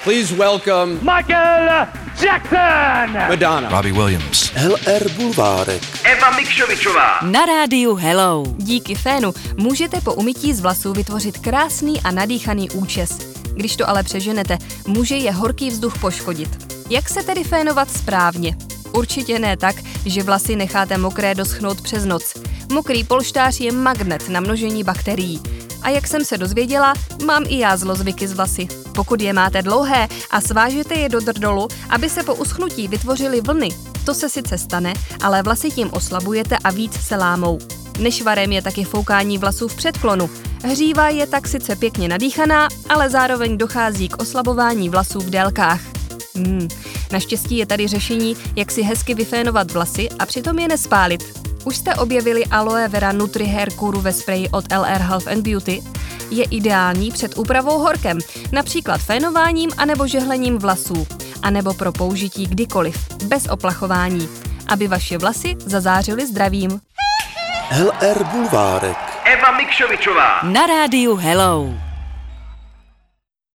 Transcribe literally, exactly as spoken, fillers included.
Please welcome Michael Jackson, Madonna, Robbie Williams, L R Bulvárek, Eva Mikšovičová. Na rádiu Hello. Díky fénu můžete po umytí z vlasů vytvořit krásný a nadýchaný účes. Když to ale přeženete, může je horký vzduch poškodit. Jak se tedy fénovat správně? Určitě ne tak, že vlasy necháte mokré doschnout přes noc. Mokrý polštář je magnet na množení bakterií. A jak jsem se dozvěděla, mám i já zlozvyky z vlasy. Pokud je máte dlouhé a svážete je do drdolu, aby se po uschnutí vytvořily vlny, to se sice stane, ale vlasy tím oslabujete a víc se lámou. Nešvarem je taky foukání vlasů v předklonu. Hříva je tak sice pěkně nadýchaná, ale zároveň dochází k oslabování vlasů v délkách. Hmm. Naštěstí je tady řešení, jak si hezky vyfénovat vlasy a přitom je nespálit. Už jste objevili Aloe Vera Nutri Hair Kuru ve spreji od L R Health and Beauty? Je ideální před úpravou horkem, například fénováním anebo žehlením vlasů, anebo pro použití kdykoliv, bez oplachování, aby vaše vlasy zazářily zdravím. L R Bulvárek, Eva Mikšovičová. Na rádiu Hello.